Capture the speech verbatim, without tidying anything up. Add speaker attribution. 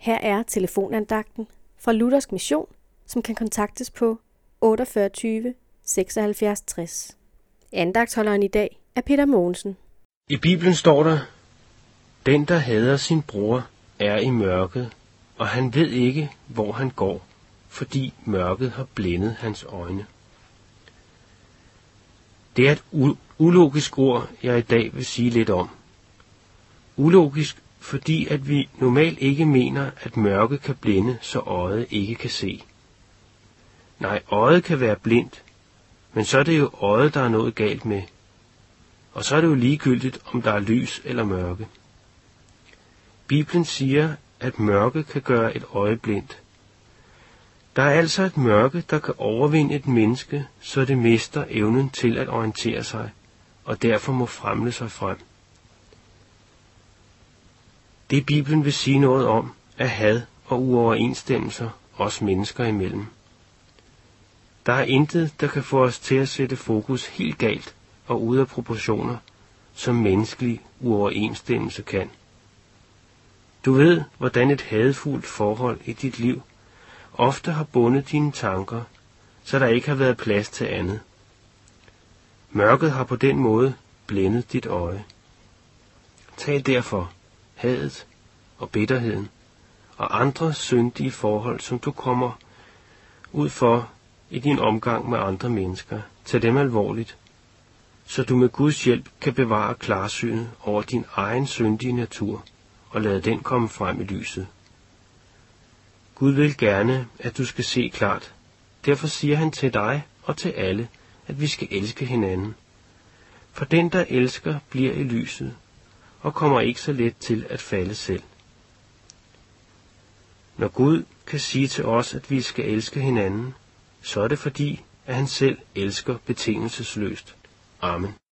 Speaker 1: Her er telefonandagten fra Luthersk Mission, som kan kontaktes på otteogfyrre tyve seksoghalvfjerds tres. Andagtholderen i dag er Peter Mogensen.
Speaker 2: I Bibelen står der, den der hader sin bror er i mørket, og han ved ikke, hvor han går, fordi mørket har blændet hans øjne. Det er et u- ulogisk ord, jeg i dag vil sige lidt om. Ulogisk, fordi at vi normalt ikke mener, at mørket kan blænde, så øjet ikke kan se. Nej, øjet kan være blindt, men så er det jo øjet, der er noget galt med. Og så er det jo ligegyldigt, om der er lys eller mørke. Bibelen siger, at mørke kan gøre et øje blindt. Der er altså et mørke, der kan overvinde et menneske, så det mister evnen til at orientere sig, og derfor må fremle sig frem. Det Bibelen vil sige noget om, er had og uoverensstemmelser os mennesker imellem. Der er intet, der kan få os til at sætte fokus helt galt og ude af proportioner, som menneskelig uoverensstemmelse kan. Du ved, hvordan et hadefuldt forhold i dit liv ofte har bundet dine tanker, så der ikke har været plads til andet. Mørket har på den måde blændet dit øje. Tag derfor hadet og bitterheden og andre syndige forhold, som du kommer ud for i din omgang med andre mennesker. Tag dem alvorligt, så du med Guds hjælp kan bevare klarsynet over din egen syndige natur og lade den komme frem i lyset. Gud vil gerne, at du skal se klart. Derfor siger han til dig og til alle, at vi skal elske hinanden. For den, der elsker, bliver i lyset og kommer ikke så let til at falde selv. Når Gud kan sige til os, at vi skal elske hinanden, så er det fordi, at han selv elsker betingelsesløst. Amen.